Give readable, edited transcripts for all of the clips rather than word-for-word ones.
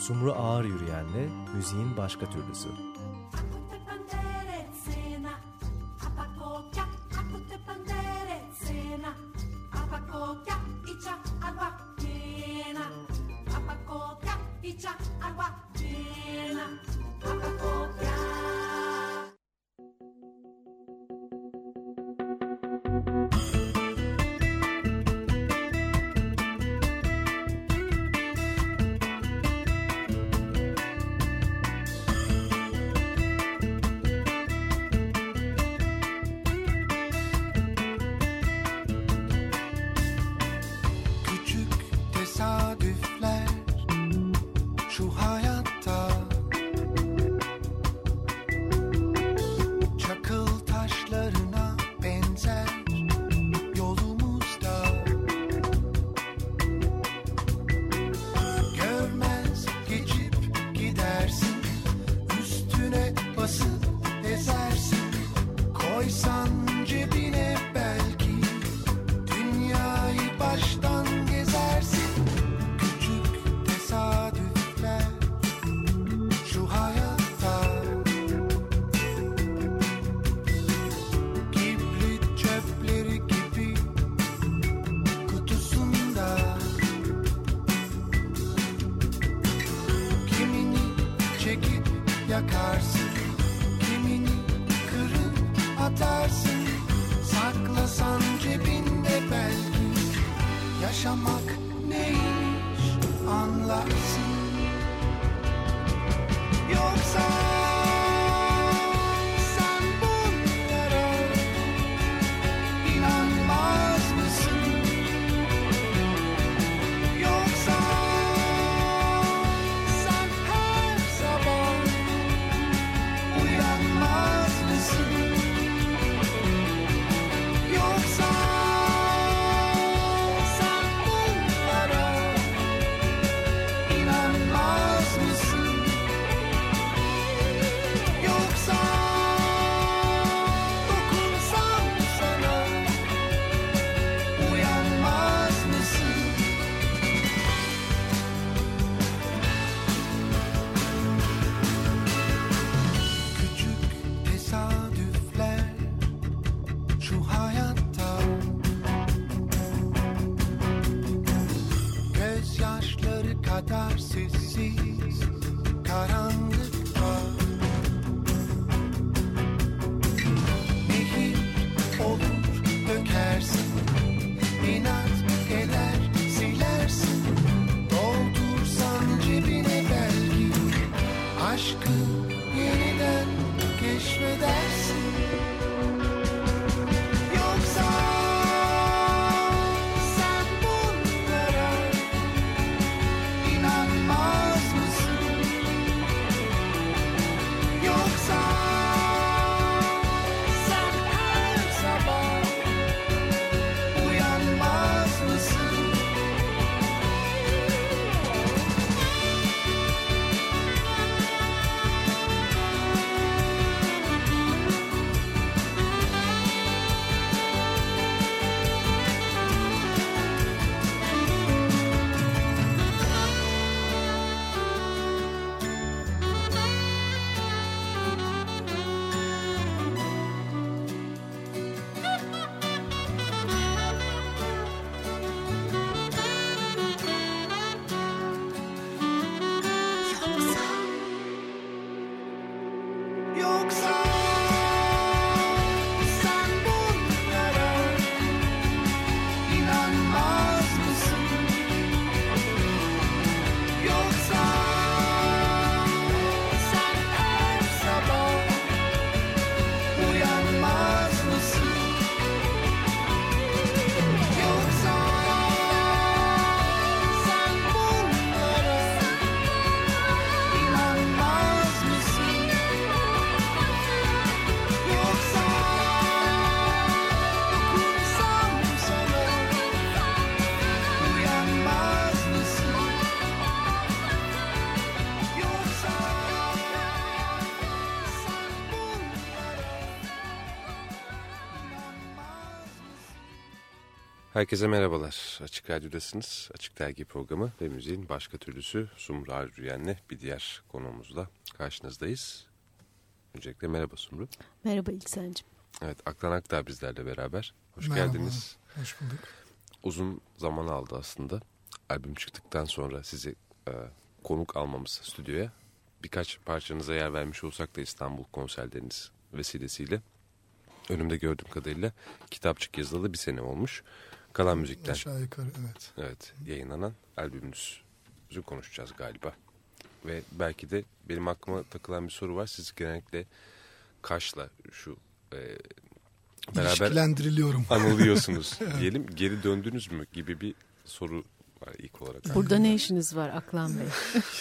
Sumru Ağır Yürüyen'le müziğin başka türlüsü. Herkese merhabalar. Açık Radyo'dasınız. Açık Dergi programı ve müziğin başka türlüsü Sumru Arjüyen'le bir diğer konuğumuzla karşınızdayız. Öncelikle merhaba Sumru. Merhaba İlsen'cim. Evet, Aktan Akdağ bizlerle beraber. Hoş Merhaba, geldiniz. hoş bulduk. Uzun zaman aldı aslında. Albüm çıktıktan sonra sizi konuk almamız stüdyoya. Birkaç parçanıza yer vermiş olsak da İstanbul konserleriniz vesilesiyle. Önümde gördüğüm kadarıyla kitapçık yazılalı bir sene olmuş. Kalan Müzik'ten. Aşağı yukarı, evet. Evet, yayınlanan albümünüzü konuşacağız galiba. Ve belki de benim aklıma takılan bir soru var. Siz genellikle Kaş'la şu beraber İlişkilendiriliyorum. anılıyorsunuz diyelim. Geri döndünüz mü gibi bir soru var ilk olarak. Burada ne işiniz var Aklan Bey?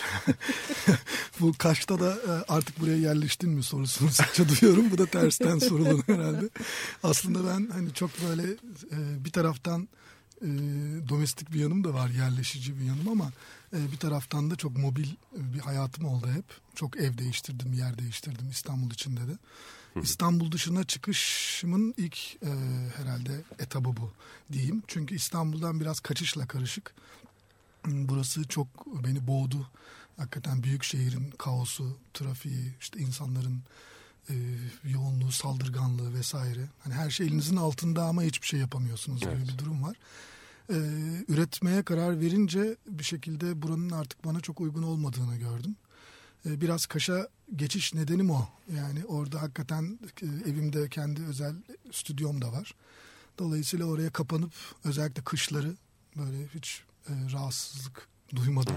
Bu Kaş'ta da artık buraya yerleştin mi sorusunu sıkça duyuyorum. Bu da tersten sorulur herhalde. Aslında ben hani çok böyle bir taraftan domestik bir yanım da var, yerleşici bir yanım ama bir taraftan da çok mobil bir hayatım oldu hep. Çok ev değiştirdim, yer değiştirdim İstanbul içinde de. İstanbul dışına çıkışımın ilk herhalde etabı bu diyeyim. Çünkü İstanbul'dan biraz kaçışla karışık. Burası çok beni boğdu. Hakikaten büyük şehrin kaosu, trafiği, işte insanların yoğunluğu, saldırganlığı vesaire. Hani her şey elinizin altında ama hiçbir şey yapamıyorsunuz gibi bir durum var. Üretmeye karar verince bir şekilde buranın artık bana çok uygun olmadığını gördüm. Biraz Kaş'a geçiş nedenim o. Yani orada hakikaten evimde kendi özel stüdyom da var. Dolayısıyla oraya kapanıp özellikle kışları böyle hiç rahatsızlık duymadan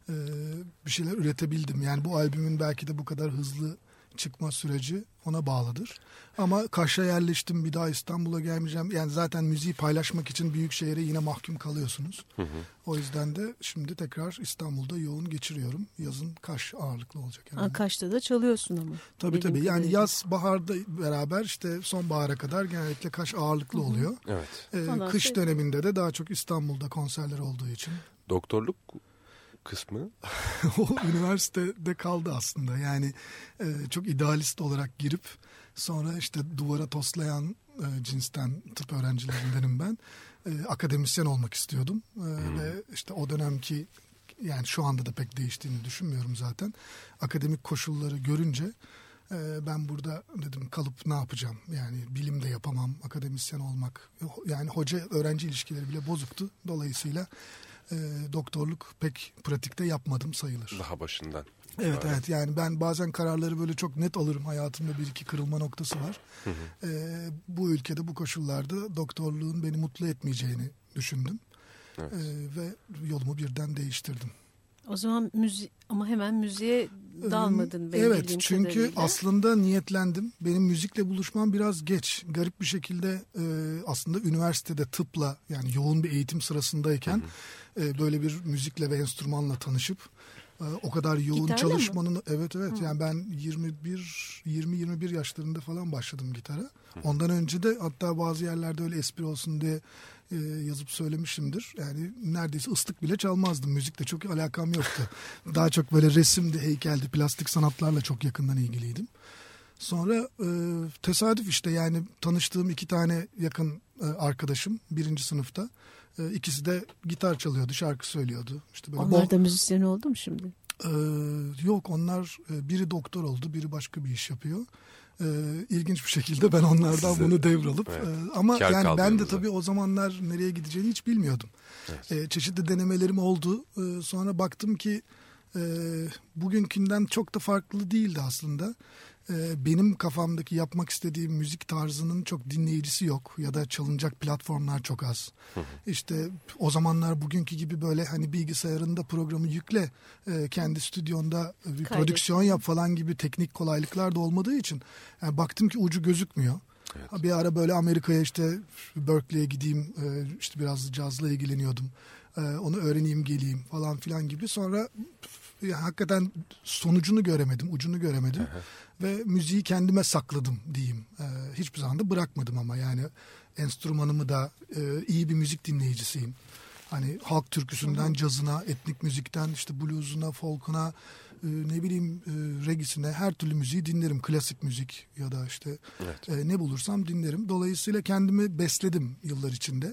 bir şeyler üretebildim. Yani bu albümün belki de bu kadar hızlı çıkma süreci ona bağlıdır. Ama Kaş'a yerleştim, bir daha İstanbul'a gelmeyeceğim. Yani zaten müziği paylaşmak için büyük şehre yine mahkum kalıyorsunuz. O yüzden de şimdi tekrar İstanbul'da yoğun geçiriyorum. Yazın Kaş ağırlıklı olacak. Yani. Kaş'ta da çalıyorsun ama. Tabii. Yani yaz, baharda beraber işte sonbahara kadar genellikle Kaş ağırlıklı oluyor. Evet. Kış döneminde de daha çok İstanbul'da konserler olduğu için. Doktorluk kısmı? O üniversitede kaldı aslında. Yani çok idealist olarak girip sonra işte duvara toslayan cinsten tıp öğrencilerindenim ben. Akademisyen olmak istiyordum. Ve işte o dönemki, yani şu anda da pek değiştiğini düşünmüyorum zaten. Akademik koşulları görünce ben burada dedim kalıp ne yapacağım? Yani bilim de yapamam, akademisyen olmak. Yani hoca öğrenci ilişkileri bile bozuktu. Dolayısıyla doktorluk pek pratikte yapmadım sayılır. Daha başından. Evet, yani ben bazen kararları böyle çok net alırım. Hayatımda bir iki kırılma noktası var. Bu ülkede bu koşullarda doktorluğun beni mutlu etmeyeceğini düşündüm. Evet. Ve yolumu birden değiştirdim. O zaman ama hemen müziğe dalmadın benim evet, bildiğim çünkü kadarıyla. aslında niyetlendim. Benim müzikle buluşmam biraz geç. Garip bir şekilde aslında üniversitede tıpla, yani yoğun bir eğitim sırasındayken böyle bir müzikle ve enstrümanla tanışıp o kadar yoğun Gitarla çalışmanın mı? Evet. Yani ben 20-21 yaşlarında falan başladım gitara. Ondan önce de hatta bazı yerlerde öyle espri olsun diye yazıp söylemişimdir. Yani neredeyse ıslık bile çalmazdım. Müzikle çok alakam yoktu. Daha çok böyle resimdi, heykeldi, plastik sanatlarla çok yakından ilgiliydim. Sonra tesadüf işte, yani tanıştığım iki tane yakın arkadaşım birinci sınıfta. İkisi de gitar çalıyordu, şarkı söylüyordu. İşte böyle Onlar da müzisyen oldu mu şimdi? Yok, onlar biri doktor oldu, biri başka bir iş yapıyor. İlginç bir şekilde ben onlardan bunu devralıp ama yani ben de tabii o zamanlar nereye gideceğini hiç bilmiyordum. Evet. Çeşitli denemelerim oldu. Sonra baktım ki bugünkünden çok da farklı değildi aslında. Benim kafamdaki yapmak istediğim müzik tarzının çok dinleyicisi yok ya da çalınacak platformlar çok az. İşte o zamanlar bugünkü gibi böyle hani bilgisayarında programı yükle, kendi stüdyonda bir prodüksiyon yap falan gibi teknik kolaylıklar da olmadığı için yani baktım ki ucu gözükmüyor. Evet. Bir ara böyle Amerika'ya, işte Berkeley'e gideyim, işte biraz cazla ilgileniyordum. Onu öğreneyim geleyim falan filan gibi. Sonra hakikaten sonucunu göremedim, ucunu göremedim. Ve müziği kendime sakladım diyeyim. Hiçbir zaman da bırakmadım ama yani enstrümanımı da iyi bir müzik dinleyicisiyim. Hani halk türküsünden cazına, etnik müzikten işte bluesuna, folkuna, ne bileyim reggae'sine, her türlü müziği dinlerim. Klasik müzik ya da işte ne bulursam dinlerim. Dolayısıyla kendimi besledim yıllar içinde.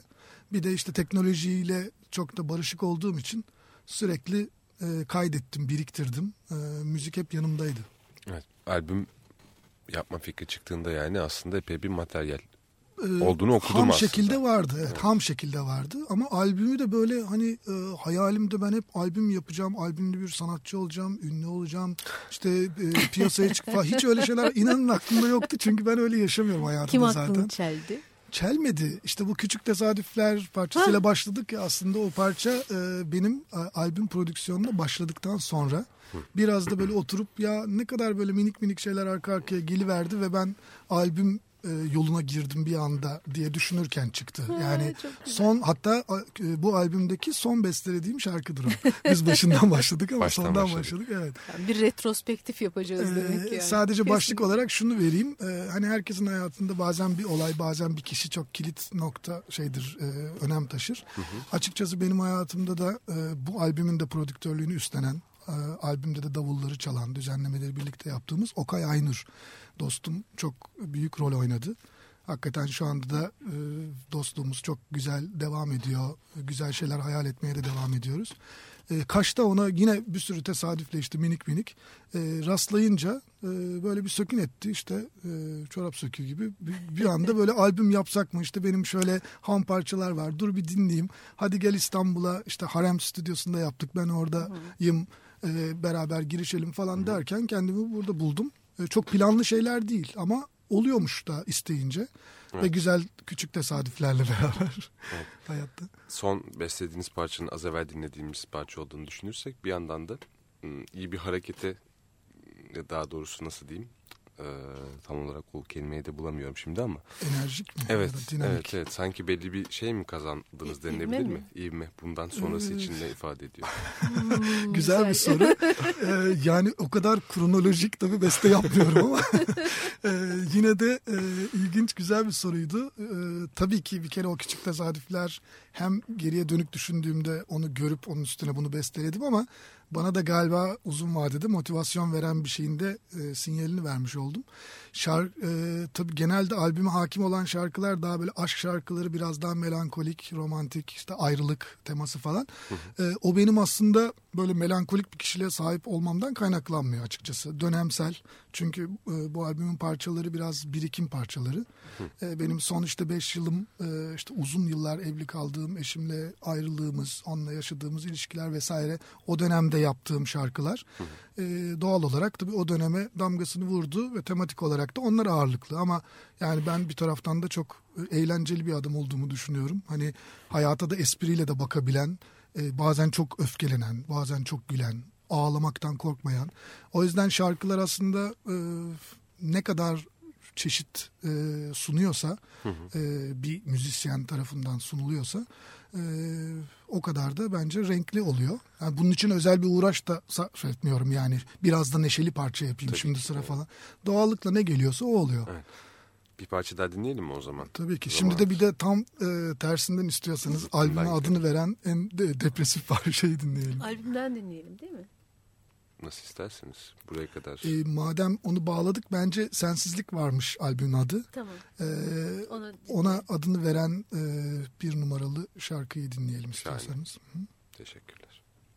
Bir de işte teknolojiyle çok da barışık olduğum için sürekli kaydettim, biriktirdim. Müzik hep yanımdaydı. Evet, albüm yapma fikri çıktığında yani aslında epey bir materyal olduğunu okudum ham aslında. Şekilde vardı, evet, ham şekilde vardı. Ama albümü de böyle hani hayalimde ben hep albüm yapacağım, albümlü bir sanatçı olacağım, ünlü olacağım, işte piyasaya çık falan. Hiç öyle şeyler inanın aklımda yoktu çünkü ben öyle yaşamıyorum hayatımda zaten. Kim aklını çeldi? Çelmedi. İşte bu Küçük Tesadüfler parçasıyla başladık ya, aslında o parça benim albüm prodüksiyonuna başladıktan sonra biraz da böyle oturup ya ne kadar böyle minik minik şeyler arka arkaya geliverdi ve ben albüm yoluna girdim bir anda diye düşünürken çıktı. Yani son, hatta bu albümdeki son bestelediğim şarkıdır o. Biz başından başladık ama sondan başladık. Evet. Yani bir retrospektif yapacağız demek yani. Sadece başlık olarak şunu vereyim. Hani herkesin hayatında bazen bir olay, bazen bir kişi çok kilit nokta şeydir, önem taşır. Açıkçası benim hayatımda da bu albümün de prodüktörlüğünü üstlenen, albümde de davulları çalan, düzenlemeleri birlikte yaptığımız Okay Aynur dostum çok büyük rol oynadı. Hakikaten şu anda da dostluğumuz çok güzel devam ediyor. Güzel şeyler hayal etmeye de devam ediyoruz. Kaş'ta ona yine bir sürü tesadüfle işte minik minik rastlayınca böyle bir sökün etti. İşte çorap söküğü gibi bir anda böyle albüm yapsak mı? İşte benim şöyle ham parçalar var. Dur bir dinleyeyim. Hadi gel İstanbul'a, işte Harem Stüdyosu'nda yaptık. Ben oradayım. Beraber girişelim falan derken kendimi burada buldum. Çok planlı şeyler değil ama oluyormuş da isteyince. Evet. Ve güzel küçük tesadüflerle beraber hayatta. Son beslediğiniz parçanın az evvel dinlediğimiz parça olduğunu düşünürsek bir yandan da iyi bir harekete, daha doğrusu nasıl diyeyim, tam olarak o kelimeyi de bulamıyorum şimdi ama. Enerjik mi? Evet. Sanki belli bir şey mi kazandınız denilebilir mi? İvme. Bundan sonrası için ne ifade ediyor? Güzel bir soru. Yani o kadar kronolojik tabii beste yapmıyorum ama yine de ilginç, güzel bir soruydu. Tabii ki bir kere o küçük tesadüfler, hem geriye dönük düşündüğümde onu görüp onun üstüne bunu besteledim ama bana da galiba uzun vadede motivasyon veren bir şeyin de sinyalini vermiş oldum. Tabii genelde albüme hakim olan şarkılar daha böyle aşk şarkıları, biraz daha melankolik, romantik, işte ayrılık teması falan. O benim aslında böyle melankolik bir kişiliğe sahip olmamdan kaynaklanmıyor açıkçası. Dönemsel, çünkü bu albümün parçaları biraz birikim parçaları. Benim son işte 5 yılım, işte uzun yıllar evli kaldığım eşimle ayrılığımız, onunla yaşadığımız ilişkiler vesaire, o dönemde yaptığım şarkılar. Doğal olarak tabii o döneme damgasını vurdu ve tematik olarak da onlar ağırlıklı. Ama yani ben bir taraftan da çok eğlenceli bir adam olduğumu düşünüyorum. Hani hayata da espriyle de bakabilen, bazen çok öfkelenen, bazen çok gülen, ağlamaktan korkmayan. O yüzden şarkılar aslında ne kadar çeşit sunuyorsa, bir müzisyen tarafından sunuluyorsa o kadar da bence renkli oluyor. Yani bunun için özel bir uğraş da sarf etmiyorum yani. Biraz da neşeli parça yapayım tabii şimdi sıra falan. Doğallıkla ne geliyorsa o oluyor. Evet. Bir parça daha dinleyelim mi o zaman? Tabii ki. Şimdi de bir de tam tersinden istiyorsanız albüme adını veren en depresif parçayı dinleyelim. Albümden dinleyelim değil mi? Nasıl isterseniz buraya kadar. Madem onu bağladık, bence Sensizlik varmış albümün adı. Tamam. Ona adını veren bir numaralı şarkıyı dinleyelim istiyorsanız. Teşekkürler.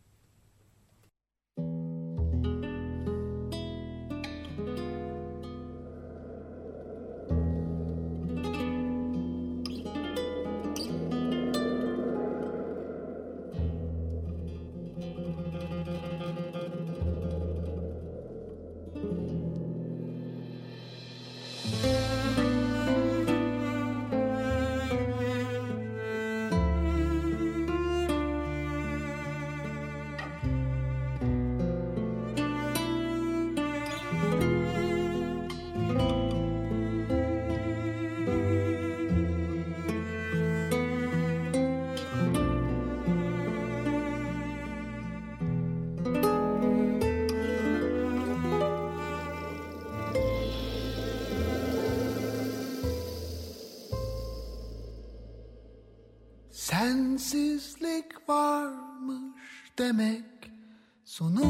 Sensizlik varmış demek sonunda.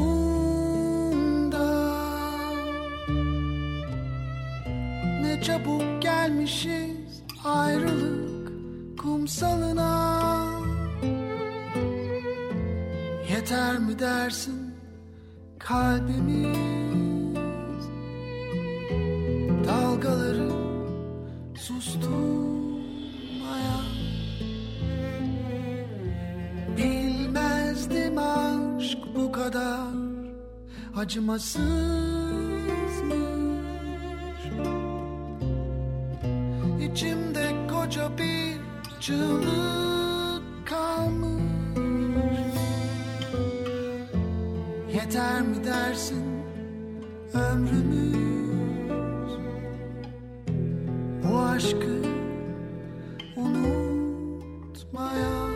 Ne çabuk gelmişiz ayrılık kumsalına. Yeter mi dersin kalbimiz dalgaları susturmaya? Bilmezdim aşk bu kadar acımasızmış. İçimde koca bir çığlık kalmış. Yeter mi dersin ömrümüz bu aşkı unutmaya?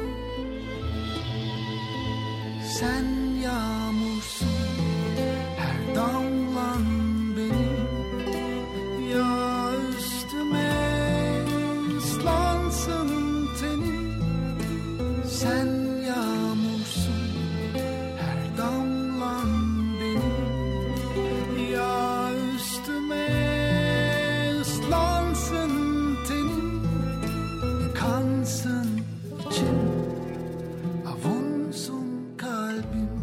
Sen yağmursun, her damlan benim. Ya üstüme ıslansın tenim. Sen yağmursun, her damlan benim. Ya üstüme ıslansın tenim. Yıkansın içim, avunsun kalbim.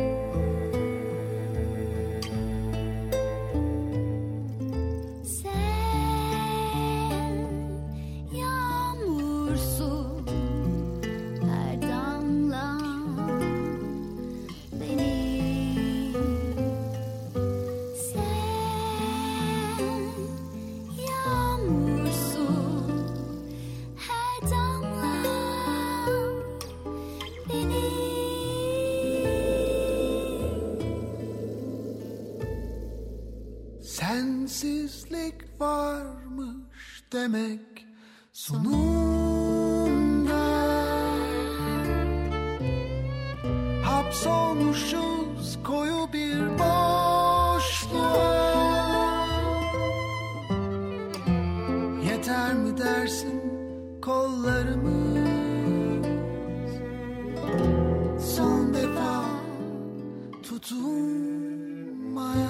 Sen yağmursun, her damlan benim. Sen yağmursun, her damlan benim. Sensizlik varmış demek sonunda. Hapsolmuşuz koyu bir boşluğa. Yeter mi dersin kollarımız son defa tutunmaya?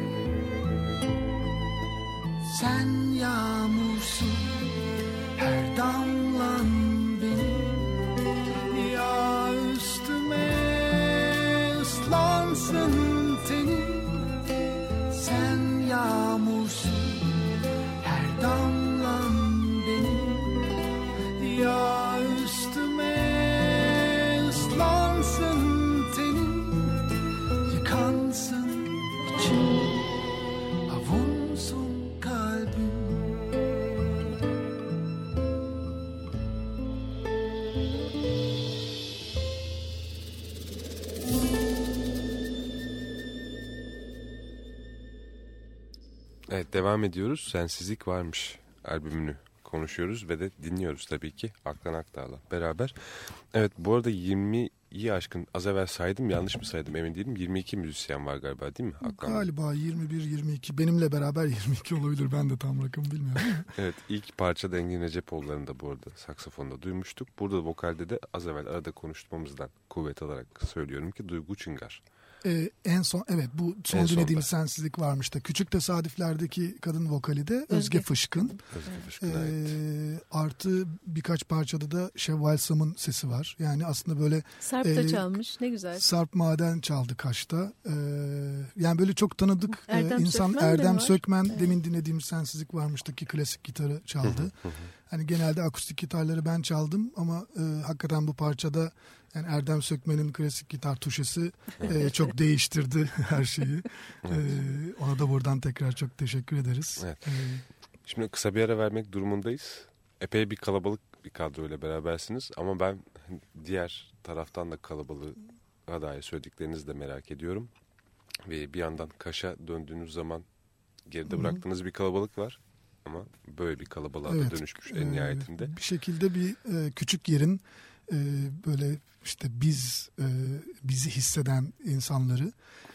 Sen yağmursun, her damlan benim. Ya üstüme ıslansın tenim. Sen yağmursun, her damlan benim. Ya üstüme ıslansın tenim. Yıkansın içim, avunsun kalbim. Evet, devam ediyoruz. Sensizlik Varmış albümünü konuşuyoruz ve de dinliyoruz tabii ki Aklan Akdağ'la beraber. Evet, bu arada 20'yi aşkın, az evvel saydım, yanlış mı saydım emin değilim. 22 müzisyen var galiba, değil mi Aklan'da? Galiba 21-22, benimle beraber 22 olabilir, ben de tam rakamı bilmiyorum. Evet, ilk parçada Engin Recepoğulları'nı da bu arada saksafonda duymuştuk. Burada vokalde de az evvel arada konuşmamızdan kuvvet alarak söylüyorum ki Duygu Çıngar. En son, evet, bu son En dinlediğimiz sonda. Sensizlik Varmış da Küçük Tesadüfler'deki kadın vokali de Özge Fışkın. Özge Fışkın'a ait. Artı birkaç parçada da Şevval Sam'ın sesi var. Yani aslında böyle Sarp da çalmış, ne güzel. Sarp Maden çaldı Kaş'ta. Yani böyle çok tanıdık Erdem insan. Sökmen de Erdem var. Sökmen, Evet. demin dinlediğimiz Sensizlik Varmış'taki klasik gitarı çaldı. Hani genelde akustik gitarları ben çaldım ama hakikaten bu parçada yani Erdem Sökmen'in klasik gitar tuşesi çok değiştirdi her şeyi. Ona da buradan tekrar çok teşekkür ederiz. Evet. Şimdi kısa bir ara vermek durumundayız. Epey bir kalabalık bir kadroyla berabersiniz ama ben diğer taraftan da kalabalığa dair söylediklerinizi de merak ediyorum. Ve bir yandan Kaş'a döndüğünüz zaman geride bıraktığınız bir kalabalık var. Ama böyle bir kalabalığa da dönüşmüş en nihayetinde. Bir şekilde bir küçük yerin böyle işte bizi hisseden insanları,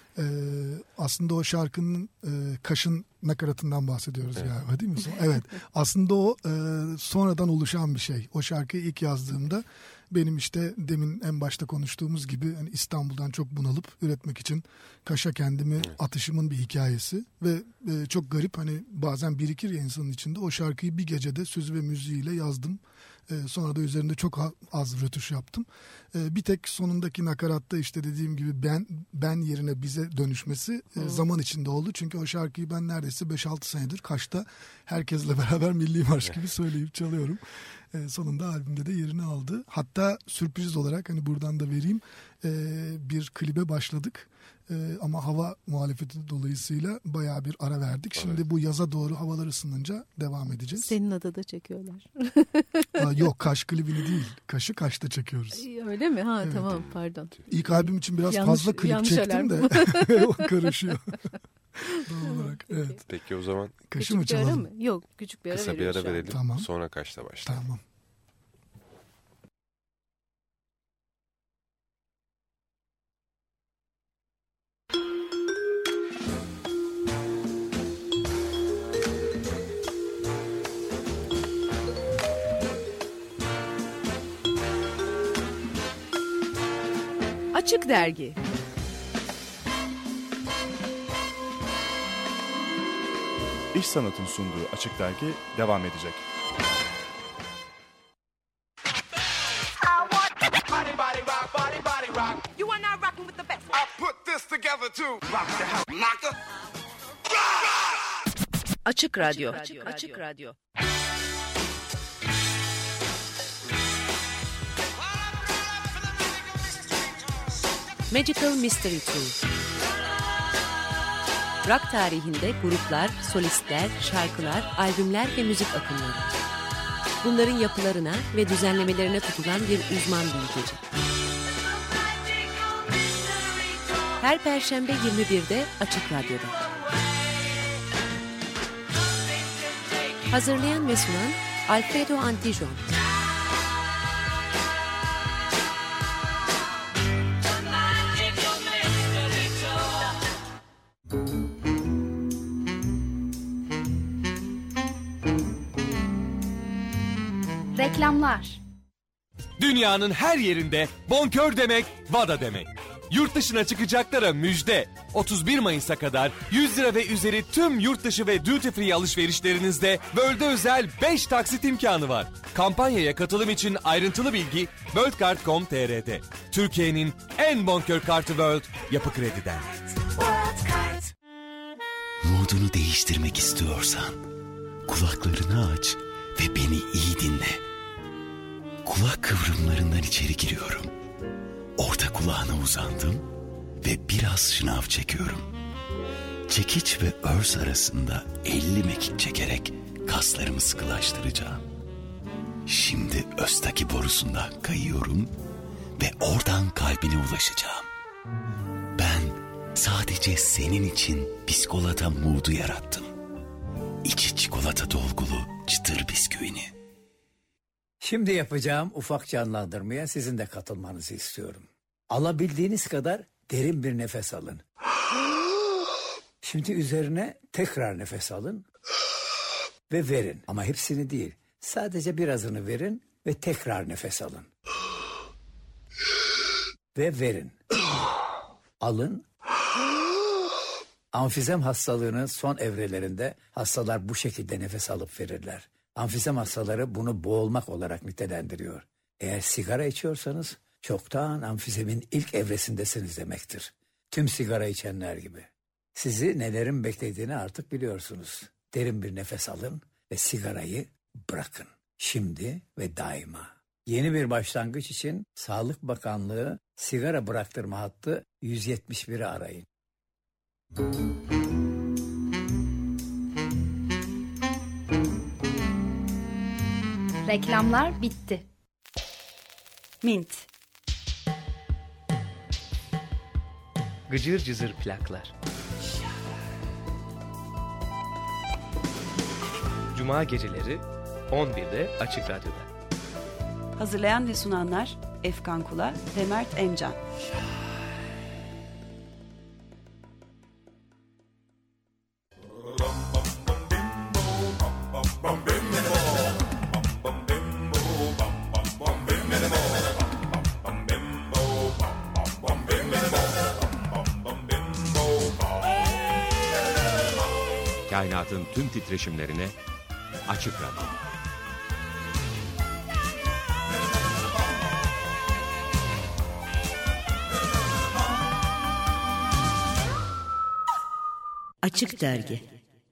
aslında o şarkının Kaş'ın nakaratından bahsediyoruz galiba, değil mi? Evet. Aslında o sonradan oluşan bir şey. O şarkıyı ilk yazdığımda benim işte demin en başta konuştuğumuz gibi hani İstanbul'dan çok bunalıp üretmek için Kaş'a kendimi atışımın bir hikayesi ve çok garip, hani bazen birikir ya insanın içinde, o şarkıyı bir gecede sözü ve müziğiyle yazdım. Sonra da üzerinde çok az rötuş yaptım. Bir tek sonundaki nakaratta işte dediğim gibi ben yerine bize dönüşmesi zaman içinde oldu. Çünkü o şarkıyı ben neredeyse 5-6 senedir Kaş'ta herkesle beraber milli marş gibi söyleyip çalıyorum. Sonunda albümde de yerini aldı. Hatta sürpriz olarak hani buradan da vereyim, bir klibe başladık. Ama hava muhalefeti dolayısıyla bayağı bir ara verdik. Şimdi bu yaza doğru havalar ısınınca devam edeceğiz. Senin adada çekiyorlar. Yok, Kaş klibini değil. Kaş'ı Kaş'ta çekiyoruz. Öyle mi? Ha, Evet. Tamam, pardon. İlk albüm için biraz fazla klip çektim de o karışıyor. Doğal olarak. Evet. Peki o zaman Kaş'ı mı Küçük bir ara çalalım? mı? Yok, küçük bir ara kısa bir veriyoruz ara şu an. verelim. Tamam. Sonra Kaş'ta başlayalım. Tamam. Açık Dergi. İş Sanat'ın sunduğu Açık Dergi devam edecek. Açık Radyo. Açık Radyo. Magical Mystery Tour. Rock tarihinde gruplar, solistler, şarkılar, albümler ve müzik akımları. Bunların yapılarına ve düzenlemelerine tutulan bir uzman bilgeci. Her Perşembe 21'de Açık Radyo'da. Hazırlayan ve sunan Alfredo Antijon. Reklamlar. Dünyanın her yerinde bonkör demek, Vada demek. Yurt dışına çıkacaklara müjde. 31 Mayıs'a kadar 100 lira ve üzeri tüm yurt dışı ve duty free alışverişlerinizde World'e özel 5 taksit imkanı var. Kampanyaya katılım için ayrıntılı bilgi worldcard.com.tr'de. Türkiye'nin en bonkör kartı World, Yapı Kredi'den. Modunu değiştirmek istiyorsan kulaklarını aç ve beni iyi dinle. Kulak kıvrımlarından içeri giriyorum. Orta kulağına uzandım ve biraz şınav çekiyorum. Çekiç ve örs arasında 50 mekik çekerek kaslarımı sıkılaştıracağım. Şimdi östaki borusundan kayıyorum ve oradan kalbine ulaşacağım. Ben sadece senin için biskolata mood'u yarattım. İçi çikolata dolgulu çıtır bisküvini. Şimdi yapacağım ufak canlandırmaya sizin de katılmanızı istiyorum. Alabildiğiniz kadar derin bir nefes alın. Şimdi üzerine tekrar nefes alın ve verin. Ama hepsini değil, sadece birazını verin ve tekrar nefes alın. Ve verin. Alın. Amfizem hastalığının son evrelerinde hastalar bu şekilde nefes alıp verirler. Amfizem hastaları bunu boğulmak olarak nitelendiriyor. Eğer sigara içiyorsanız çoktan amfizemin ilk evresindesiniz demektir. Tüm sigara içenler gibi. Sizi nelerin beklediğini artık biliyorsunuz. Derin bir nefes alın ve sigarayı bırakın. Şimdi ve daima. Yeni bir başlangıç için Sağlık Bakanlığı sigara bıraktırma hattı 171'i arayın. Reklamlar bitti. Mint. Gıcır cızır plaklar. Cuma geceleri 11'de Açık Radyo'da. Hazırlayan ve sunanlar Efkan Kula ve Mert Emcan. Kainatın tüm titreşimlerine Açık Radyo. Açık Dergi.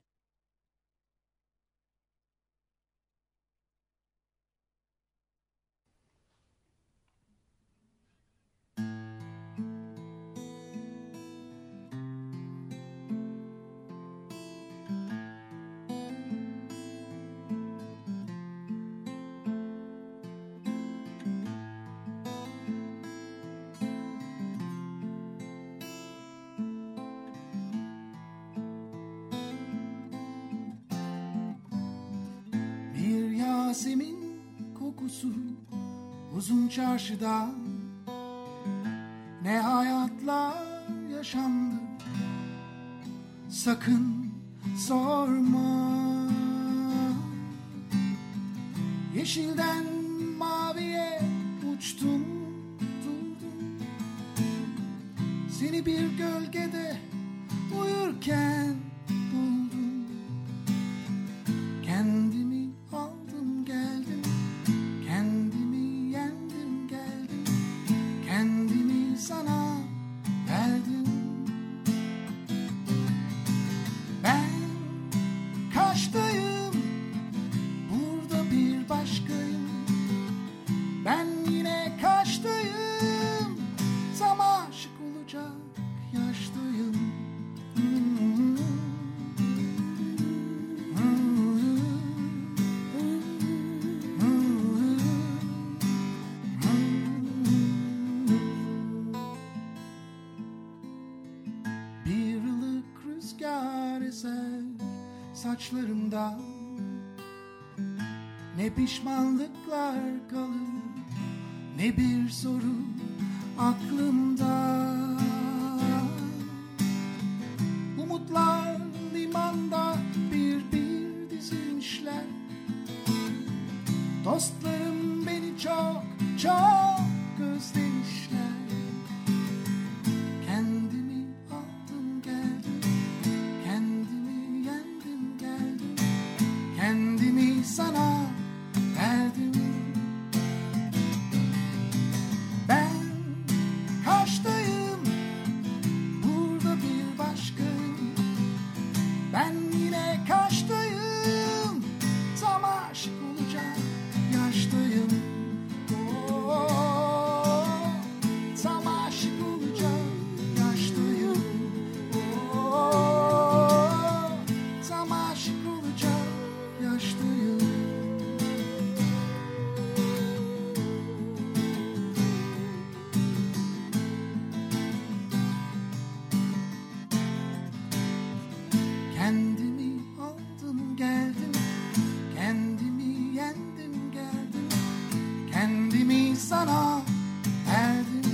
Yasemin kokusu uzun çarşıda, ne hayatlar yaşandı sakın sorma. Yeşilden maviye uçtum durdum, seni bir gölgede uyurken buldum. Kendimi aldım geldim, kendimi yendim geldim, kendimi sana verdim. Ben Kaş'tayım, burada bir başkayım. Ben yine Kaş'tayım, tam aşık olacak yaştayım. Bir ılık rüzgar eser saçlarımda, ne pişmanlıklar kalır, ne bir soru aklımda. Umutlar limanda bir dizilmişler. Dostlarım beni çok özlemişler. Kendimi aldım geldim, kendimi yendim geldim, kendimi sana verdim. Ben Kaş'tayım, burada bir başkayım. Ben yine Kaş'tayım, tam aşık olacak yaştayım. Oh, tam aşık olacak yaştayım. Oh, tam aşık olacak yaştayım. Kendimi aldım geldim, kendimi yendim geldim, kendimi sana verdim.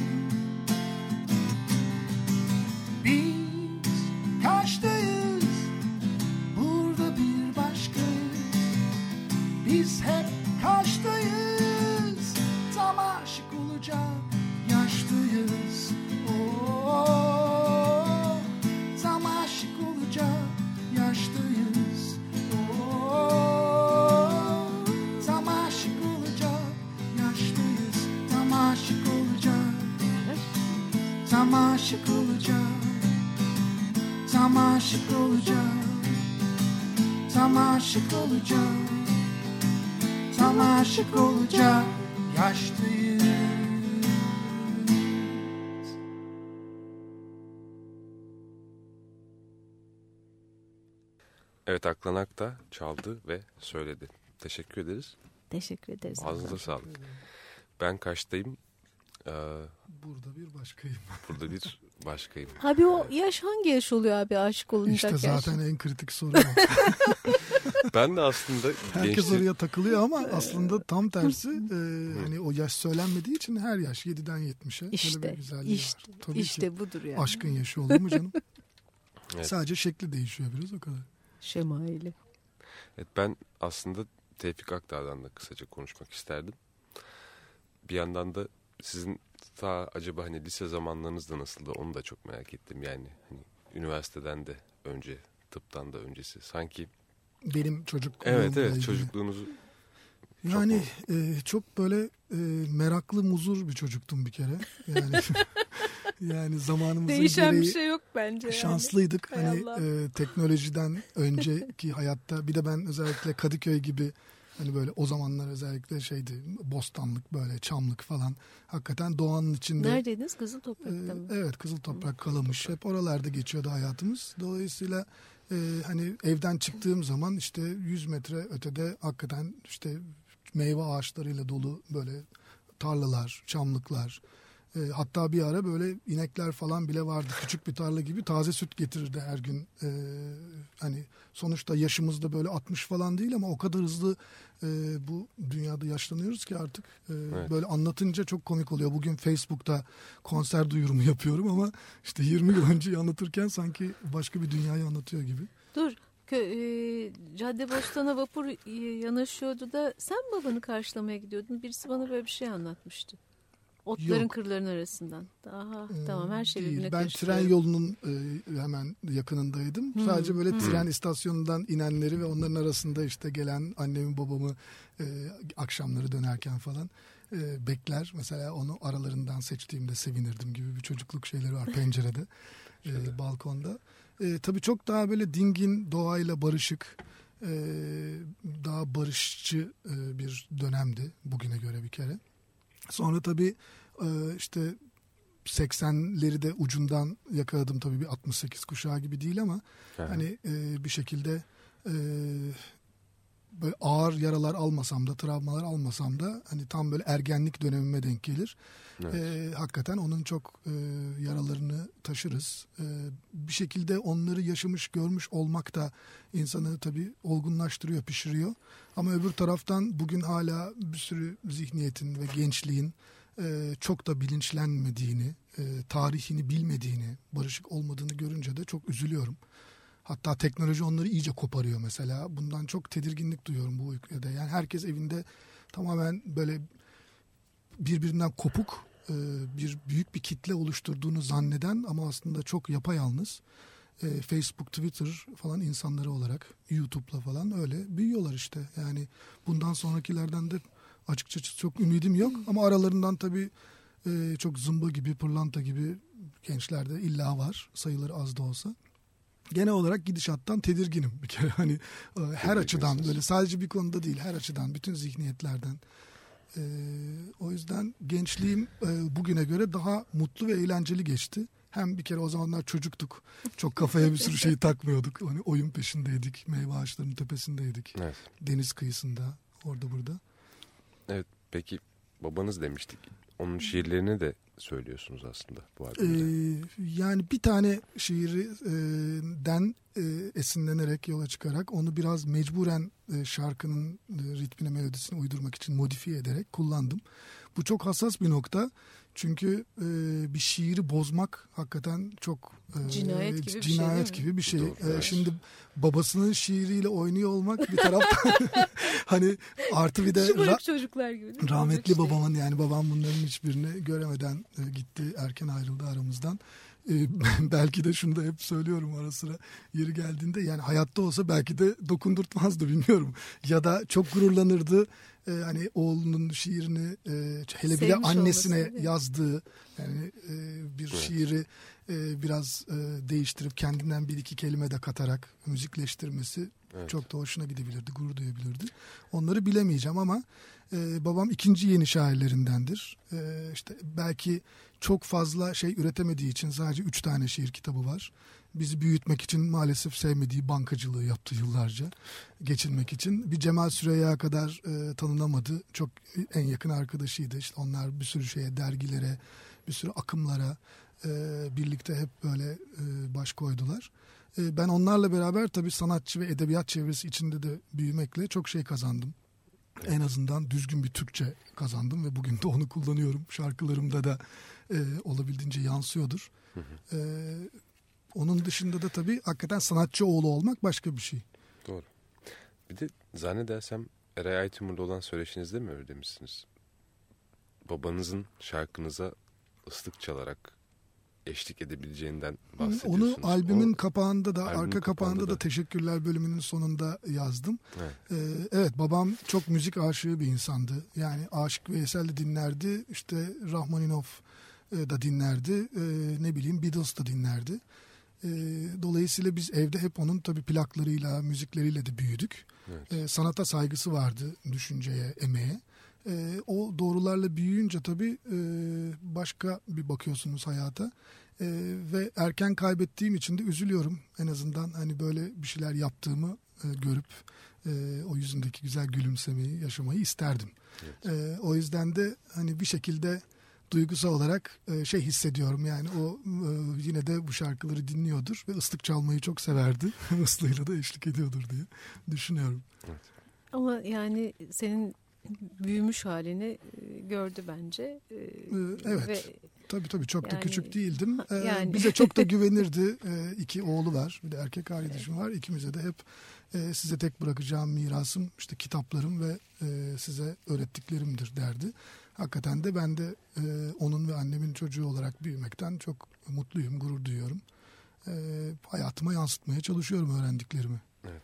Biz Kaş'tayız, burada bir başkayız. Biz hep Kaş'tayız, tam aşık olacak yaştayız. Oh, tam aşık olacak yaştayız. Oh, tam aşık olacak yaştayız. Tam aşık olacak, tam aşık olacak, tam aşık olacak, tam aşık olacak, tam aşık olacak yaştayız. Evet, Aklanak da çaldı ve söyledi. Teşekkür ederiz. Teşekkür ederiz. Ağzınıza sağlık. Ben Kaş'tayım. Burada bir başkayım. Burada bir başkayım. Abi o yaş hangi yaş oluyor abi aşık olunacak İşte yaş? zaten en kritik soru o. Ben de aslında herkes oraya takılıyor ama aslında tam tersi hani o yaş söylenmediği için her yaş 7'den 70'e İşte, öyle bir güzelliği var. Tabii işte ki budur yani. Aşkın yaşı olur mu canım? Evet. Sadece şekli değişiyor biraz, o kadar. Şemaili. Evet, ben aslında Tevfik Akdağ'dan da kısaca konuşmak isterdim. Bir yandan da sizin ta acaba hani lise zamanlarınızda nasıldı onu da çok merak ettim. Yani hani üniversiteden de önce, tıptan da öncesi sanki. Benim çocukluğum. Evet çocukluğunuzu. Yani çok böyle meraklı, muzur bir çocuktum bir kere. Yani Yani zamanımızın Değişen gereği bir şey yok bence. şanslıydık. Yani. Hani teknolojiden önceki hayatta, bir de ben özellikle Kadıköy gibi, hani böyle o zamanlar özellikle şeydi, bostanlık, böyle çamlık falan, hakikaten doğanın içinde. Neredeydiniz? Kızıl Toprak'ta mı? Evet, Kızıl Toprak, Kalamış, hep oralarda geçiyordu hayatımız. Dolayısıyla hani evden çıktığım zaman işte 100 metre ötede hakikaten işte meyve ağaçlarıyla dolu böyle tarlalar, çamlıklar. Hatta bir ara böyle inekler falan bile vardı. Küçük bir tarla gibi, taze süt getirirdi her gün. Hani sonuçta yaşımız da böyle 60 falan değil ama o kadar hızlı bu dünyada yaşlanıyoruz ki artık. Evet. Böyle anlatınca çok komik oluyor. Bugün Facebook'ta konser duyurumu yapıyorum ama işte 20 yıl önce anlatırken sanki başka bir dünyayı anlatıyor gibi. Dur. Caddebostan'a vapur yanaşıyordu da sen babanı karşılamaya gidiyordun. Birisi bana böyle bir şey anlatmıştı. Otların Yok. kırların arasından. Tamam, her şey birbirine Ben karıştırıyor. tren yolunun hemen yakınındaydım. Sadece böyle tren istasyonundan inenleri ve onların arasında işte gelen annemi babamı akşamları dönerken falan bekler. Mesela onu aralarından seçtiğimde sevinirdim gibi bir çocukluk şeyleri var pencerede, balkonda. Tabii çok daha böyle dingin, doğayla barışık, daha barışçı bir dönemdi bugüne göre bir kere. Sonra tabii işte 80'leri de ucundan yakaladım, tabii bir 68 kuşağı gibi değil ama hani bir şekilde böyle ağır yaralar almasam da, travmalar almasam da hani tam böyle ergenlik dönemime denk gelir. Evet. Hakikaten onun çok yaralarını taşırız. Bir şekilde onları yaşamış, görmüş olmak da insanı tabii olgunlaştırıyor, pişiriyor. Ama öbür taraftan bugün hala bir sürü zihniyetin ve gençliğin çok da bilinçlenmediğini, tarihini bilmediğini, barışık olmadığını görünce de çok üzülüyorum. Hatta teknoloji onları iyice koparıyor mesela. Bundan çok tedirginlik duyuyorum bu ülkede. Yani herkes evinde tamamen böyle birbirinden kopuk büyük bir kitle oluşturduğunu zanneden ama aslında çok yapayalnız Facebook, Twitter falan insanları olarak, YouTube'la falan öyle büyüyorlar işte. Yani bundan sonrakilerden de açıkçası çok ümidim yok ama aralarından tabii çok zımba gibi, pırlanta gibi gençler de illa var, sayıları az da olsa. Genel olarak gidişattan tedirginim bir kere, hani her açıdan, böyle sadece bir konuda değil, her açıdan, bütün zihniyetlerden. O yüzden gençliğim bugüne göre daha mutlu ve eğlenceli geçti. Hem bir kere o zamanlar çocuktuk, çok kafaya bir sürü şey takmıyorduk. Hani oyun peşindeydik, meyve ağaçlarının tepesindeydik, evet. Deniz kıyısında, orada burada. Evet, peki babanız demiştik. Onun şiirlerini de söylüyorsunuz aslında bu albümde. Yani bir tane şiirden esinlenerek, yola çıkarak onu biraz mecburen şarkının ritmine, melodisine uydurmak için modifiye ederek kullandım. Bu çok hassas bir nokta. Çünkü bir şiiri bozmak hakikaten çok cinayet gibi bir şey. Şimdi babasının şiiriyle oynuyor olmak bir taraftan hani artı bir de çocuklar gibi rahmetli babamın, yani babam bunların hiçbirini göremeden gitti, erken ayrıldı aramızdan. Belki de şunu da hep söylüyorum ara sıra, yeri geldiğinde, yani hayatta olsa belki de dokundurtmazdı, bilmiyorum. Ya da çok gururlanırdı. Hani oğlunun şiirini hele bile annesine yazdığı, yani bir şiiri biraz değiştirip kendinden bir iki kelime de katarak müzikleştirmesi çok da hoşuna gidebilirdi, gurur duyabilirdi. Onları bilemeyeceğim ama babam ikinci yeni şairlerindendir. İşte belki çok fazla şey üretemediği için sadece 3 tane şiir kitabı var. Bizi büyütmek için maalesef sevmediği bankacılığı yaptı yıllarca, geçinmek için. Bir Cemal Süreyya'ya kadar tanınamadı. Çok en yakın arkadaşıydı. İşte onlar bir sürü şeye, dergilere, bir sürü akımlara birlikte hep böyle baş koydular. Ben onlarla beraber tabii sanatçı ve edebiyat çevresi içinde de büyümekle çok şey kazandım. En azından düzgün bir Türkçe kazandım ve bugün de onu kullanıyorum. Şarkılarımda da olabildiğince yansıyordur. Onun dışında da tabii hakikaten sanatçı oğlu olmak başka bir şey. Doğru. Bir de zannedersem Eray Aytimur'da olan söyleşinizde mi öyle demişsiniz? Babanızın şarkınıza ıslık çalarak eşlik edebileceğinden bahsediyorsunuz. Onu albümün kapağında da, arka kapağında da teşekkürler bölümünün sonunda yazdım. Evet, babam çok müzik aşığı bir insandı. Yani Aşık Veysel'i dinlerdi. İşte Rahmaninov, da dinlerdi. Ne bileyim Beatles da dinlerdi. Dolayısıyla biz evde hep onun tabii plaklarıyla, müzikleriyle de büyüdük. Evet. Sanata saygısı vardı, düşünceye, emeğe. O doğrularla büyüyünce tabii başka bir bakıyorsunuz hayata. Ve erken kaybettiğim için de üzülüyorum. En azından hani böyle bir şeyler yaptığımı görüp o yüzündeki güzel gülümsemeyi yaşamayı isterdim. Evet. O yüzden de hani bir şekilde duygusal olarak hissediyorum. Yani o yine de bu şarkıları dinliyordur ve ıslık çalmayı çok severdi. Islığıyla da eşlik ediyordur diye düşünüyorum. Evet. Ama yani senin büyümüş halini gördü bence. Evet. Ve tabii çok da yani, küçük değildim. Yani. Bize çok da güvenirdi. 2 oğlu var. Bir de erkek kardeşim var. İkimize de hep size tek bırakacağım mirasım işte kitaplarım ve size öğrettiklerimdir derdi. Hakikaten de ben de onun ve annemin çocuğu olarak büyümekten çok mutluyum, gurur duyuyorum. Hayatıma yansıtmaya çalışıyorum öğrendiklerimi. Evet.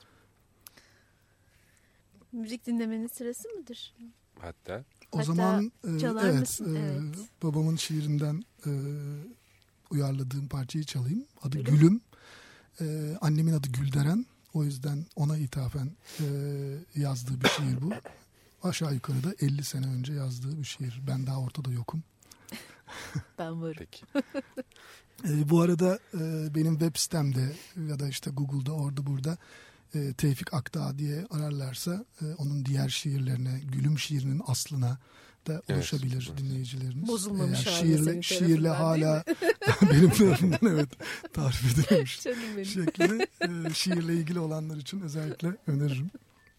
Müzik dinlemenin sırası mıdır? Hatta o zaman evet, babamın şiirinden uyarladığım parçayı çalayım. Adı öyle Gülüm. Annemin adı Gülderen. O yüzden ona ithafen yazdığı bir şiir bu. Aşağı yukarı da 50 sene önce yazdığı bir şiir. Ben daha ortada yokum. Ben varım. Peki. Bu arada benim web sitemde ya da işte Google'da orada burada Tevfik Akdağ diye ararlarsa onun diğer şiirlerine, Gülüm şiirinin aslına da ulaşabilir, evet, dinleyicilerimiz. Bozulmamış şiirle hala benim tarafımdan evet tarif edilmiş şekilde şiirle ilgili olanlar için özellikle öneririm.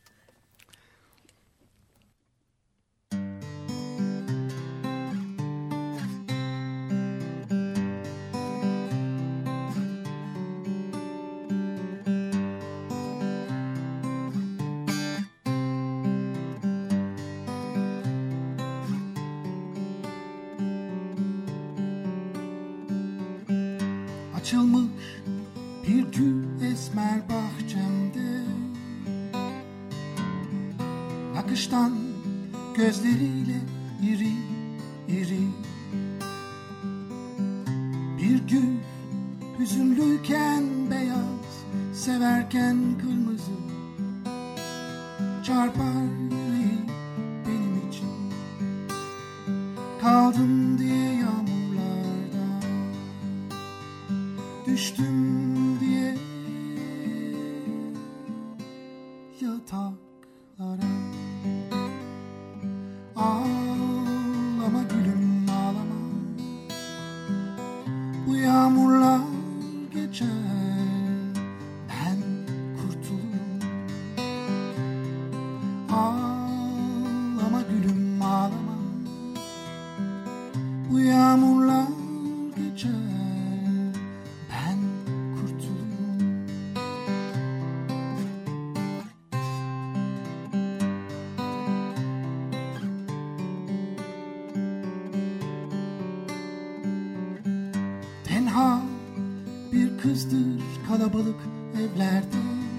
Açılmış bir gül esmer bahçemde, nakıştan gözleriyle iri iri. Bir gül hüzünlüyken beyaz, severken kırmızı, çarpar yüreği benim için. Kaldım diye yağmurlarda, düştüm diye yataklara. Ağlama gülüm ağlama, bu yağmurlar geçer, ben kurtulurum. Ağlama gülüm ağlama, bu yağmurlar geçer, ben kurtulurum. Tenha bir kızdır kalabalık evlerde,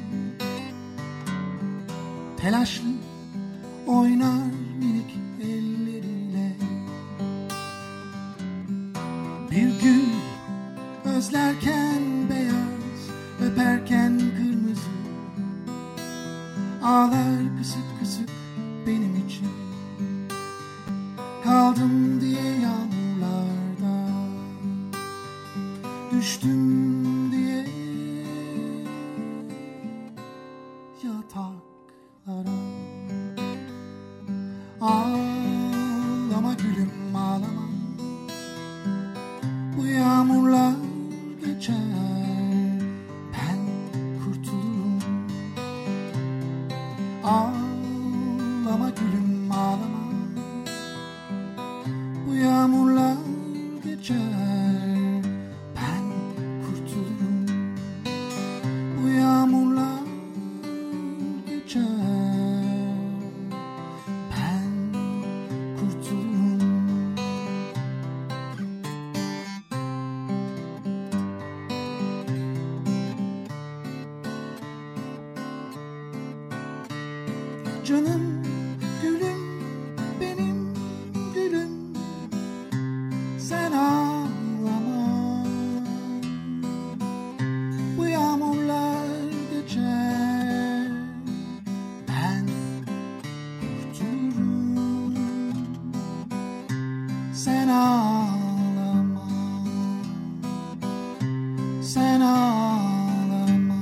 telaşlı oynar minik elleriyle. Bir gün özlerken beyaz, öperken kırmızı, ağlar kısık kısık benim için. Kaldım diye yağmurlarda, düştüm diye yataklara. Ağlama gülüm ağlama, bu yağmurlar geçer, ben kurtulurum. Ağlama gülüm ağlama, bu yağmurlar geçer, ben kurtulurum. Bu yağmurlar geçer, ben kurtulurum. Canım gülüm, benim gülüm, sen ağlama. Sen ağlama, sen ağlama,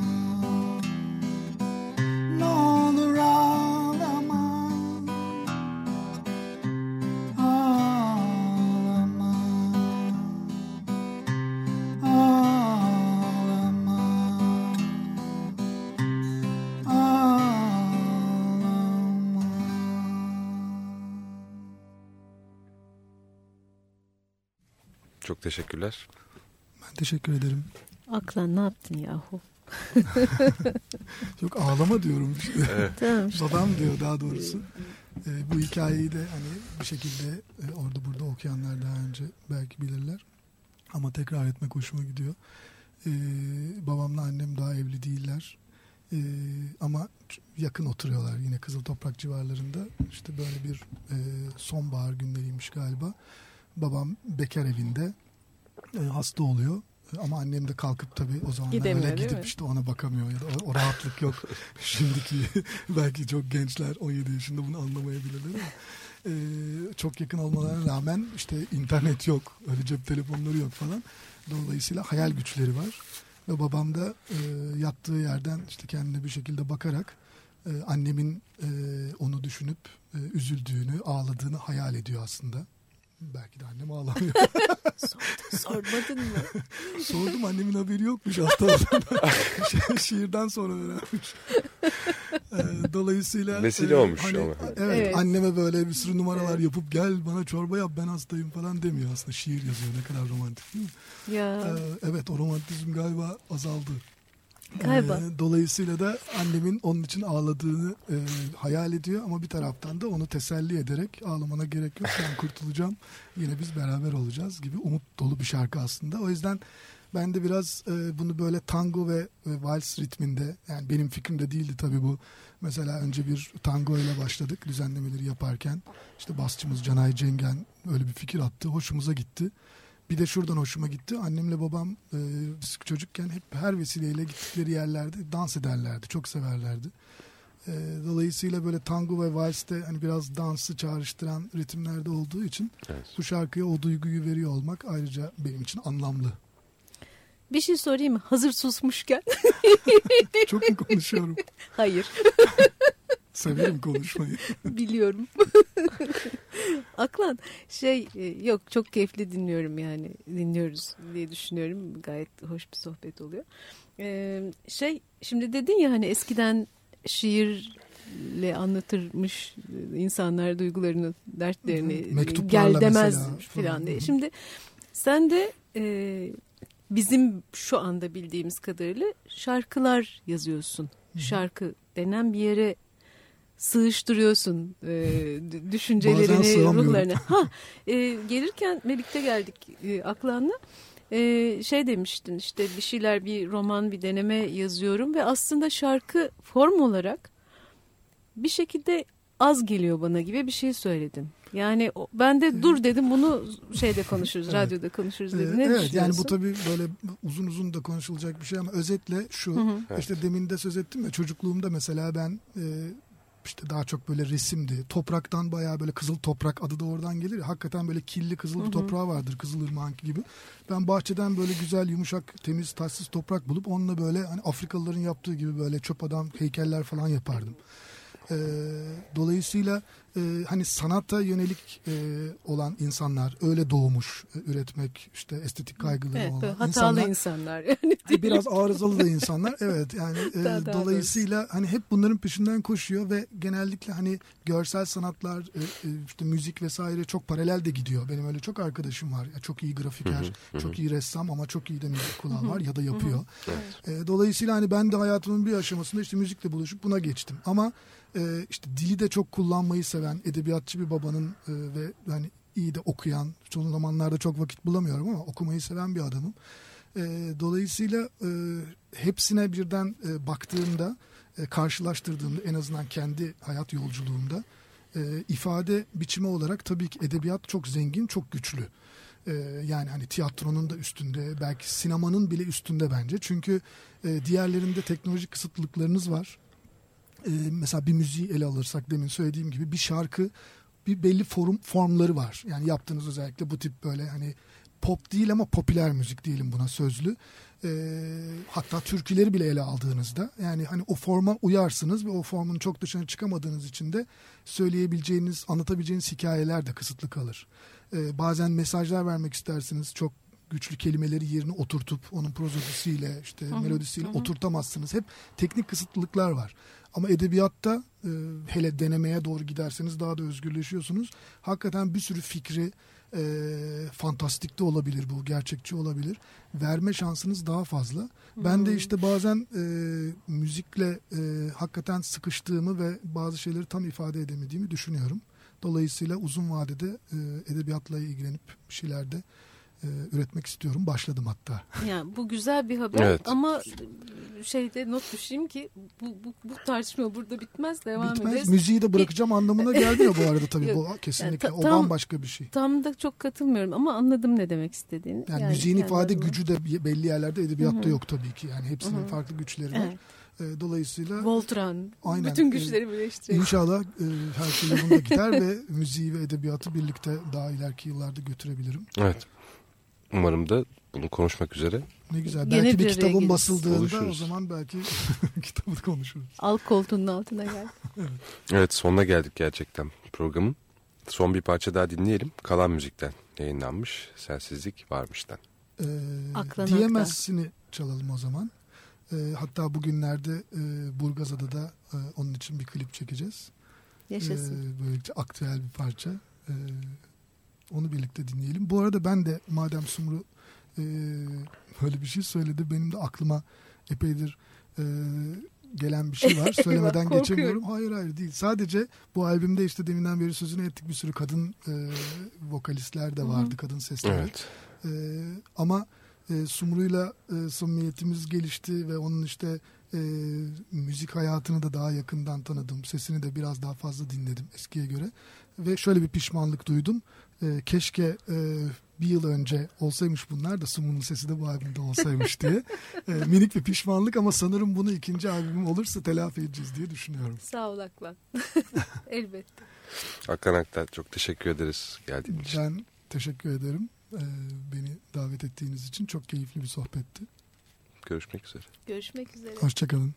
ne olur ağlama, ağlama, ağlama, ağlama. Çok teşekkürler. Ben teşekkür ederim. Aklan ne yaptın yahu? Yok ağlama diyorum. Evet. Tamam işte. Babam diyor daha doğrusu. Bu hikayeyi de hani bir şekilde orada burada okuyanlar daha önce belki bilirler. Ama tekrar etmek hoşuma gidiyor. Babamla annem daha evli değiller. Ama yakın oturuyorlar yine Kızıltoprak civarlarında. İşte böyle bir sonbahar günleriymiş galiba. Babam bekar evinde hasta oluyor. Ama annem de kalkıp tabii o zamanlar Gidemiyor, öyle değil gidip mi? işte ona bakamıyor ya da o rahatlık yok. Şimdiki belki çok gençler 17 yaşında bunu anlamayabilirler ama çok yakın olmalarına rağmen işte internet yok, öyle cep telefonları yok falan. Dolayısıyla hayal güçleri var. Ve babam da yattığı yerden işte kendine bir şekilde bakarak annemin onu düşünüp üzüldüğünü, ağladığını hayal ediyor aslında. Belki de annem ağlamıyor. Sormadın mı? Sordum, annemin haberi yokmuş hasta olduğunda. Şiirden sonra öğrenmiş. Dolayısıyla vesile olmuş hani, ama. evet, anneme böyle bir sürü numaralar yapıp gel bana çorba yap ben hastayım falan demiyor aslında. Şiir yazıyor, ne kadar romantik değil mi? Ya. Evet, o romantizm galiba azaldı. Galiba. Dolayısıyla da annemin onun için ağladığını hayal ediyor ama bir taraftan da onu teselli ederek ağlamana gerek yok, ben kurtulacağım, yine biz beraber olacağız gibi umut dolu bir şarkı aslında. O yüzden ben de biraz bunu böyle tango ve vals ritminde, yani benim fikrimde değildi tabii bu. Mesela önce bir tango ile başladık düzenlemeleri yaparken. İşte basçımız Canay Cengen öyle bir fikir attı, hoşumuza gitti. Bir de şuradan hoşuma gitti. Annemle babam biz çocukken hep her vesileyle gittikleri yerlerde dans ederlerdi. Çok severlerdi. Dolayısıyla böyle tango ve valste hani biraz dansı çağrıştıran ritimlerde olduğu için bu şarkıya o duyguyu veriyor olmak ayrıca benim için anlamlı. Bir şey sorayım mı? Hazır susmuşken. Çok mu konuşuyorum? Hayır. Severim konuşmayı. Biliyorum. Aklan yok, çok keyifli dinliyoruz diye düşünüyorum. Gayet hoş bir sohbet oluyor. Şimdi dedin ya hani eskiden şiirle anlatırmış insanlar duygularını, dertlerini, gel demez falan diye. Şimdi sen de bizim şu anda bildiğimiz kadarıyla şarkılar yazıyorsun. Şarkı denen bir yere sığıştırıyorsun düşüncelerini, ruhlarını. Gelirken birlikte geldik Aklan'la. Demiştin işte bir şeyler, bir roman, bir deneme yazıyorum ve aslında şarkı form olarak bir şekilde az geliyor bana gibi bir şey söyledin. Yani ben de dur dedim, bunu konuşuruz, evet, radyoda konuşuruz dedim. Ne evet, yani bu tabii böyle uzun uzun da konuşulacak bir şey ama özetle şu, işte demin de söz ettim ya, çocukluğumda mesela ben işte daha çok böyle resimdi. Topraktan bayağı böyle kızıl toprak adı da oradan gelir ya. Hakikaten böyle kirli kızıl bir toprağı vardır, Kızılırmak gibi. Ben bahçeden böyle güzel, yumuşak, temiz, taşsız toprak bulup onunla böyle hani Afrikalıların yaptığı gibi böyle çöp adam heykeller falan yapardım. Dolayısıyla hani sanata yönelik olan insanlar, öyle doğmuş üretmek, işte estetik kaygıları olan hatalı insanlar yani biraz arızalı da insanlar, evet yani dolayısıyla hani hep bunların peşinden koşuyor ve genellikle hani görsel sanatlar, işte müzik vesaire çok paralel de gidiyor. Benim öyle çok arkadaşım var, çok iyi grafiker, çok iyi ressam ama çok iyi de müzik kulağı var ya da yapıyor. Dolayısıyla hani ben de hayatımın bir aşamasında işte müzikle buluşup buna geçtim ama işte dili de çok kullanmayı seven edebiyatçı bir babanın ve hani iyi de okuyan, son zamanlarda çok vakit bulamıyorum ama okumayı seven bir adamım. Dolayısıyla hepsine birden baktığımda, karşılaştırdığımda, en azından kendi hayat yolculuğumda ifade biçimi olarak tabii ki edebiyat çok zengin, çok güçlü. Yani hani tiyatronun da üstünde, belki sinemanın bile üstünde bence. Çünkü diğerlerinde teknolojik kısıtlılıklarınız var. Mesela bir müziği ele alırsak, demin söylediğim gibi bir şarkı bir belli formları var. Yani yaptığınız özellikle bu tip böyle hani pop değil ama popüler müzik diyelim buna, sözlü. Hatta türküleri bile ele aldığınızda yani hani o forma uyarsınız ve o formun çok dışına çıkamadığınız için de söyleyebileceğiniz, anlatabileceğiniz hikayeler de kısıtlı kalır. Bazen mesajlar vermek istersiniz, çok güçlü kelimeleri yerine oturtup onun prozodisiyle işte melodisiyle oturtamazsınız. Hep teknik kısıtlılıklar var. Ama edebiyatta hele denemeye doğru giderseniz daha da özgürleşiyorsunuz. Hakikaten bir sürü fikri fantastik de olabilir bu, gerçekçi olabilir. Verme şansınız daha fazla. Ben de işte bazen müzikle hakikaten sıkıştığımı ve bazı şeyleri tam ifade edemediğimi düşünüyorum. Dolayısıyla uzun vadede edebiyatla ilgilenip bir şeyler de üretmek istiyorum. Başladım hatta. Yani bu güzel bir haber, evet. Ama şeyde not düşeyim ki bu tartışma burada bitmez, devam ederiz. Müziği de bırakacağım anlamına gelmiyor bu arada tabii. Bu kesinlikle yani o bambaşka bir şey. Tam da çok katılmıyorum ama anladım ne demek istediğini. Yani müziğin ifade gücü de belli yerlerde edebiyatta yok tabii ki. Yani hepsinin farklı güçleri var. Dolayısıyla Voltran, bütün güçleri birleştiriyor. İnşallah her şey yolunda gider ve müziği ve edebiyatı birlikte daha ileriki yıllarda götürebilirim. Evet. Umarım da bunu konuşmak üzere. Ne güzel. Belki bir kitabın basıldığında o zaman belki kitabı konuşuruz. Al koltuğunun altına gel. Evet, sonuna geldik gerçekten programın. Son bir parça daha dinleyelim. Kalan Müzik'ten yayınlanmış Sensizlik Varmış'tan. Diyemezsini çalalım o zaman. Hatta bugünlerde Burgazada'da da onun için bir klip çekeceğiz. Yaşasın. Böylece aktüel bir parça. Onu birlikte dinleyelim. Bu arada ben de madem Sumru böyle bir şey söyledi, benim de aklıma epeydir gelen bir şey var. Söylemeden geçemiyorum. Hayır değil. Sadece bu albümde işte deminden beri sözünü ettik, bir sürü kadın vokalistler de vardı. Kadın sesleri. Evet. Ama Sumru'yla samimiyetimiz gelişti ve onun işte müzik hayatını da daha yakından tanıdım. Sesini de biraz daha fazla dinledim eskiye göre. Ve şöyle bir pişmanlık duydum. Keşke bir yıl önce olsaymış bunlar da Sumru'nun sesi de bu albümde olsaymış diye. Minik bir pişmanlık ama sanırım bunu ikinci albümüm olursa telafi edeceğiz diye düşünüyorum. Sağ ol Aklan. Elbette. Hakan Aktar, çok teşekkür ederiz geldiğin için. Ben teşekkür ederim. Beni davet ettiğiniz için çok keyifli bir sohbetti. Görüşmek üzere. Görüşmek üzere. Hoşçakalın.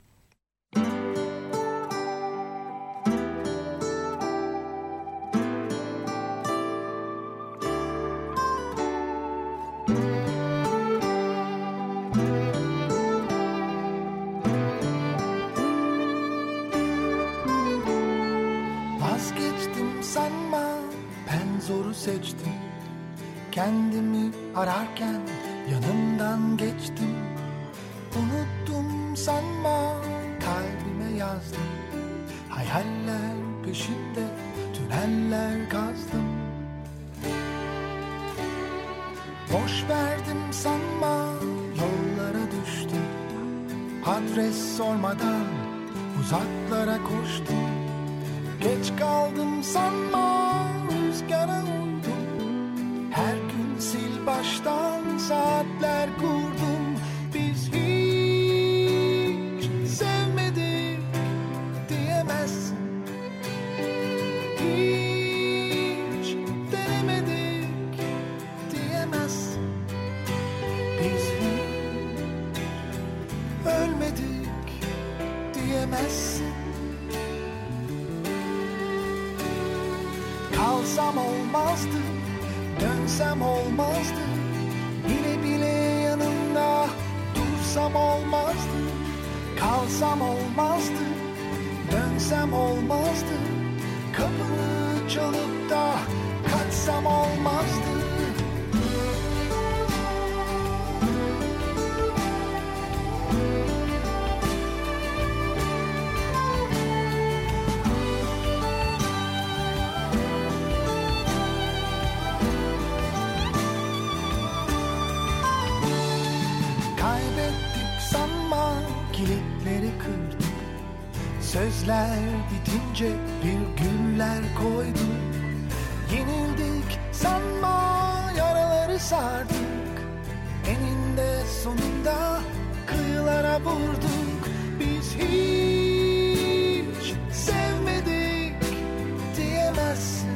Vazgeçtim sanma, ben zoru seçtim. Kendimi ararken yanından geçtim. Unuttum sanma, kalbime yazdım. Hayaller peşinde tüneller kazdım. Boş verdim sanma, yollara düştüm. Adres sormadan uzaklara koştum. Geç kaldım sanma, rüzgara uydum. Her gün sil baştan saatler kurdum. Biz hiç sevmedik diyemezsin. Hiç denemedik diyemezsin. Biz hiç ölmedik diyemezsin. Kalsam olmazdı, dönsem olmazdı. Bile bile yanında dursam olmazdı. Kalsam olmazdı, dönsem olmazdı. Kapını çalıp da kaçsam olmazdı. Kilitleri kırdım. Sözler bitince virgüller koydum. Yenildik sanma, yaraları sardık. Eninde sonunda kıyılara vurduk. Biz hiç sevmedik diyemezsin. diyemezsin.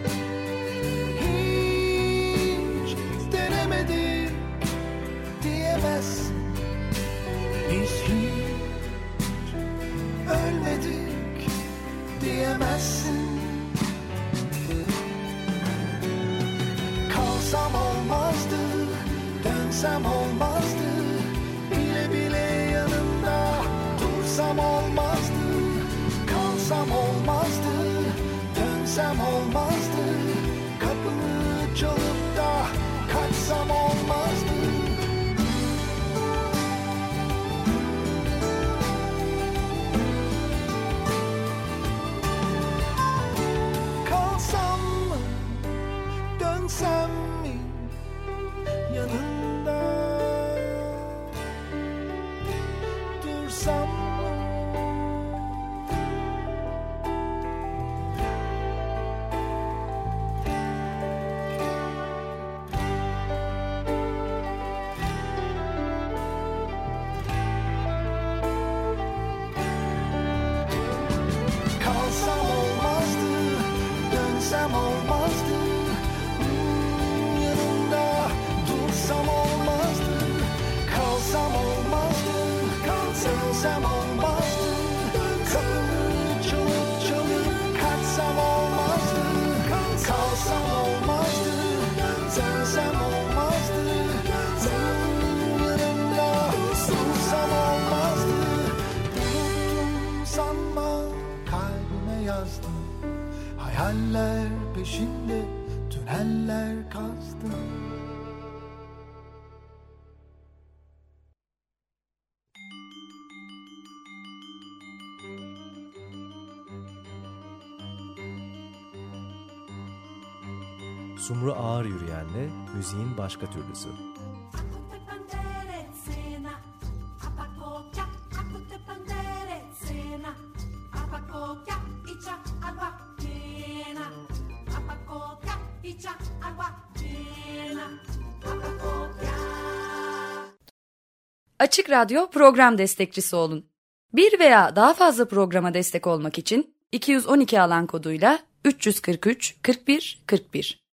Hiç denemedik diyemezsin. Biz hiç ölmedik diyemezsin. Kalsam olmazdı, dönsem olmazdı, bile bile yanında dursam olmazdı. Kalsam olmazdı, dönsem olmazdı, kapını çalıp da kaçsam olmazdı. Kalsam mı, dönsem mi yanında, dursam mı? Kalsam olmazdı, dönsem olmazdı, yanında dursam olmazdı. Kalsam olmazdı, dönsem olmazdı, kapını çalıp çalıp kaçsam olmazdı. Kalsam olmazdı, dönsem olmazdı, yanında dursam olmazdı. Unuttum sanma, kalbime yazdım. Hayaller peşinde tüneller kazdım. Sumru Ağır Yürüyen'le müziğin başka türlüsü. Açık Radyo program destekçisi olun. Bir veya daha fazla programa destek olmak için 212 alan koduyla 343 41 41